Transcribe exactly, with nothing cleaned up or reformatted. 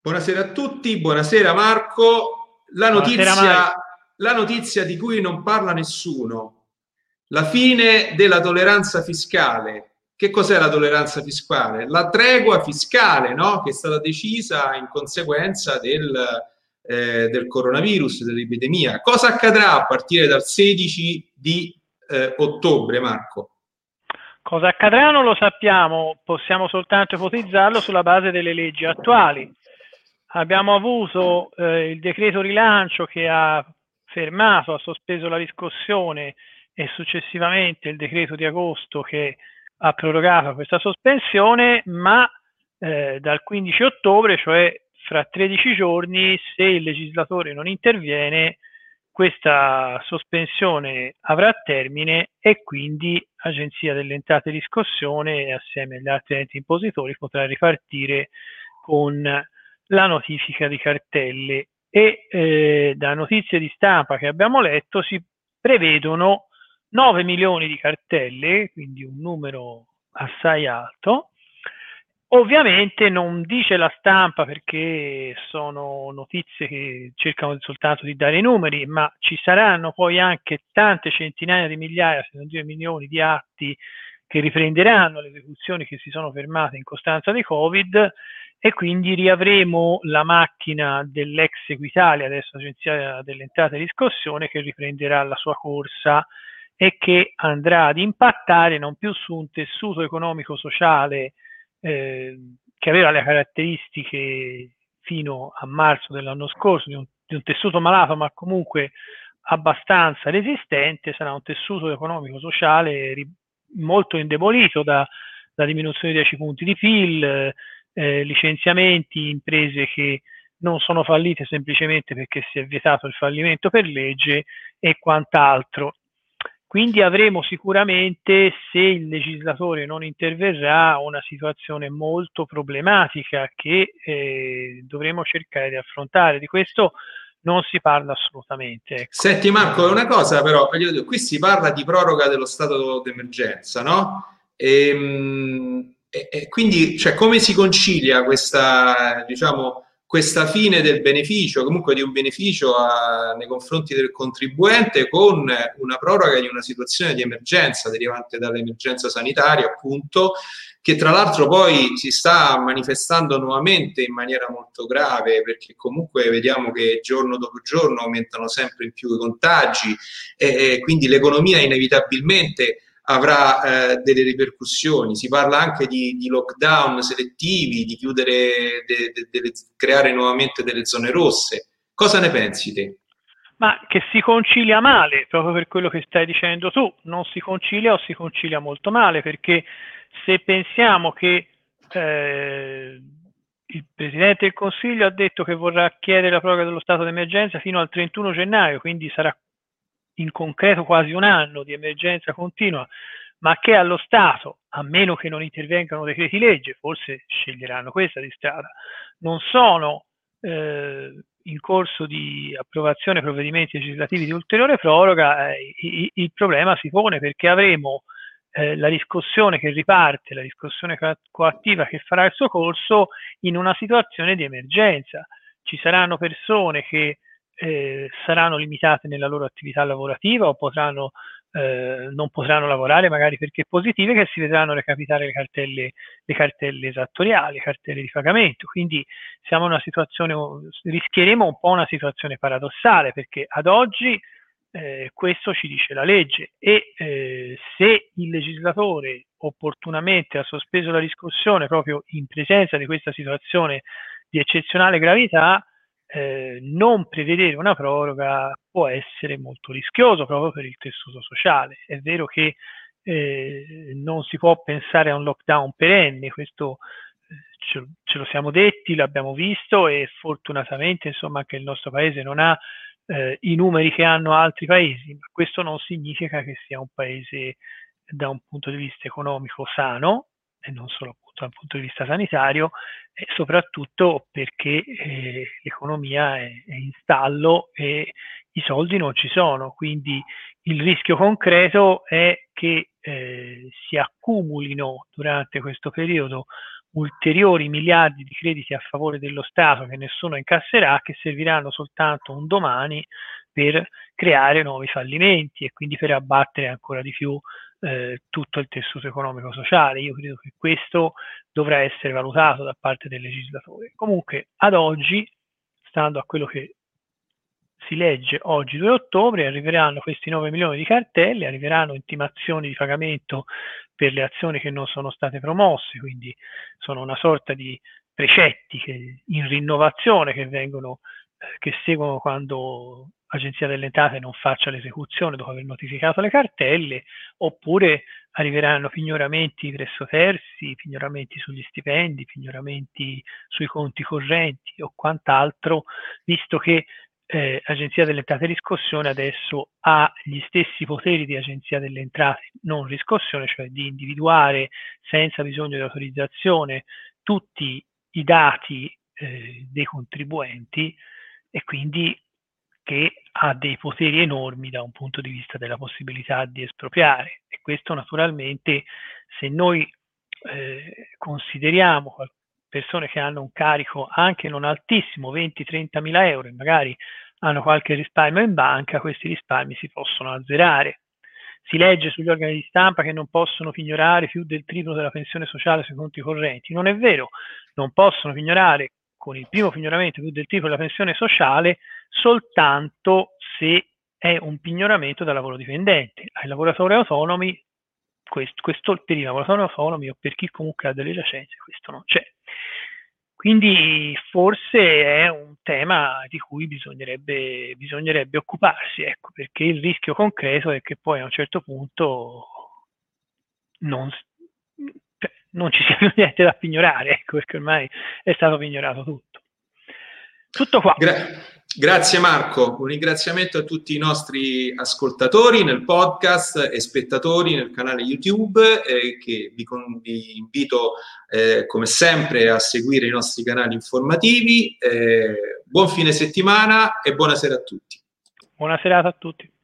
Buonasera a tutti, buonasera Marco. La Buonasera notizia, Mario. la notizia di cui non parla nessuno, la fine della tolleranza fiscale. Che cos'è la tolleranza fiscale? La tregua fiscale, no? Che è stata decisa in conseguenza del, eh, del coronavirus, dell'epidemia. Cosa accadrà a partire dal sedici di eh, ottobre, Marco? Cosa accadrà non lo sappiamo, possiamo soltanto ipotizzarlo sulla base delle leggi attuali. Abbiamo avuto eh, il decreto rilancio che ha fermato, ha sospeso la riscossione e successivamente il decreto di agosto che ha prorogato questa sospensione, ma eh, dal quindici ottobre, cioè fra tredici giorni, se il legislatore non interviene, questa sospensione avrà termine e quindi l'Agenzia delle Entrate e Riscossione, assieme agli altri enti impositori, potrà ripartire con la notifica di cartelle. E eh, da notizie di stampa che abbiamo letto si prevedono nove milioni di cartelle, quindi un numero assai alto. Ovviamente non dice la stampa perché sono notizie che cercano soltanto di dare i numeri, ma ci saranno poi anche tante centinaia di migliaia, se non dire milioni, di atti che riprenderanno le esecuzioni che si sono fermate in costanza di Covid e quindi riavremo la macchina dell'ex Equitalia, adesso Agenzia delle Entrate e Riscossione, che riprenderà la sua corsa e che andrà ad impattare non più su un tessuto economico-sociale eh, che aveva le caratteristiche fino a marzo dell'anno scorso di un, di un tessuto malato ma comunque abbastanza resistente, sarà un tessuto economico-sociale ri- molto indebolito da, da diminuzione di dieci punti di P I L, eh, licenziamenti, imprese che non sono fallite semplicemente perché si è vietato il fallimento per legge e quant'altro. Quindi avremo sicuramente, se il legislatore non interverrà, una situazione molto problematica che eh, dovremo cercare di affrontare. Di questo non si parla assolutamente. Ecco. Senti Marco, è Eh, una cosa però, voglio dire, qui si parla di proroga dello stato d'emergenza, no? E, e, e quindi, cioè, come si concilia questa, diciamo, questa fine del beneficio, comunque di un beneficio a, nei confronti del contribuente con una proroga di una situazione di emergenza derivante dall'emergenza sanitaria, appunto, che tra l'altro poi si sta manifestando nuovamente in maniera molto grave, perché comunque vediamo che giorno dopo giorno aumentano sempre in più i contagi e, e quindi l'economia inevitabilmente avrà eh, delle ripercussioni. Si parla anche di, di lockdown selettivi, di chiudere, de, de, de, creare nuovamente delle zone rosse. Cosa ne pensi te? ma che si concilia male, proprio per quello che stai dicendo tu, non si concilia o si concilia molto male, perché se pensiamo che eh, il Presidente del Consiglio ha detto che vorrà chiedere la proroga dello stato d'emergenza fino al trentuno gennaio, quindi sarà in concreto quasi un anno di emergenza continua, ma che allo Stato, a meno che non intervengano decreti legge, forse sceglieranno questa di strada, non sono eh, in corso di approvazione provvedimenti legislativi di ulteriore proroga, eh, il, il problema si pone perché avremo eh, la riscossione che riparte, la riscossione coattiva che farà il suo corso in una situazione di emergenza. Ci saranno persone che eh, saranno limitate nella loro attività lavorativa o potranno, eh, non potranno lavorare magari perché positive, che si vedranno recapitare le cartelle, le cartelle esattoriali, le cartelle di pagamento. Quindi siamo in una situazione, rischieremo un po' una situazione paradossale, perché ad oggi eh, questo ci dice la legge e eh, se il legislatore opportunamente ha sospeso la discussione proprio in presenza di questa situazione di eccezionale gravità, eh, non prevedere una proroga può essere molto rischioso proprio per il tessuto sociale. È vero che eh, non si può pensare a un lockdown perenne, questo ce, ce lo siamo detti, l'abbiamo visto e fortunatamente insomma anche il nostro paese non ha eh, i numeri che hanno altri paesi, ma questo non significa che sia un paese da un punto di vista economico sano e non solo appunto da un punto di vista sanitario e soprattutto perché eh, l'economia è, è in stallo e i soldi non ci sono, quindi il rischio concreto è che eh, si accumulino durante questo periodo ulteriori miliardi di crediti a favore dello Stato che nessuno incasserà, che serviranno soltanto un domani per creare nuovi fallimenti e quindi per abbattere ancora di più eh, tutto il tessuto economico-sociale. Io credo che questo dovrà essere valutato da parte del legislatore. Comunque, ad oggi, stando a quello che si legge oggi due ottobre, arriveranno questi nove milioni di cartelle, arriveranno intimazioni di pagamento per le azioni che non sono state promosse, quindi sono una sorta di precetti che, in rinnovazione che vengono, eh, che seguono quando l'Agenzia delle Entrate non faccia l'esecuzione dopo aver notificato le cartelle, oppure arriveranno pignoramenti presso terzi, pignoramenti sugli stipendi, pignoramenti sui conti correnti o quant'altro, visto che Eh, Agenzia delle Entrate e Riscossione adesso ha gli stessi poteri di Agenzia delle Entrate, non riscossione, cioè di individuare senza bisogno di autorizzazione tutti i dati eh, dei contribuenti, e quindi che ha dei poteri enormi da un punto di vista della possibilità di espropriare. E questo naturalmente, se noi eh, consideriamo persone che hanno un carico anche non altissimo, venti trenta mila euro, e magari hanno qualche risparmio in banca, questi risparmi si possono azzerare. Si legge sugli organi di stampa che non possono pignorare più del triplo della pensione sociale sui conti correnti. Non è vero, non possono pignorare con il primo pignoramento più del triplo della pensione sociale soltanto se è un pignoramento da lavoro dipendente. Ai lavoratori autonomi, questo, questo per i lavoratori autonomi o per chi comunque ha delle giacenze, questo non c'è. Quindi forse è un tema di cui bisognerebbe, bisognerebbe occuparsi, ecco, perché il rischio concreto è che poi a un certo punto non, cioè, non ci sia più niente da pignorare, ecco, perché ormai è stato pignorato tutto. Tutto qua. Gra- Grazie Marco, un ringraziamento a tutti i nostri ascoltatori nel podcast e spettatori nel canale YouTube, eh, che vi, con- vi invito eh, come sempre a seguire i nostri canali informativi. Eh, buon fine settimana e buona sera a tutti. Buona serata a tutti.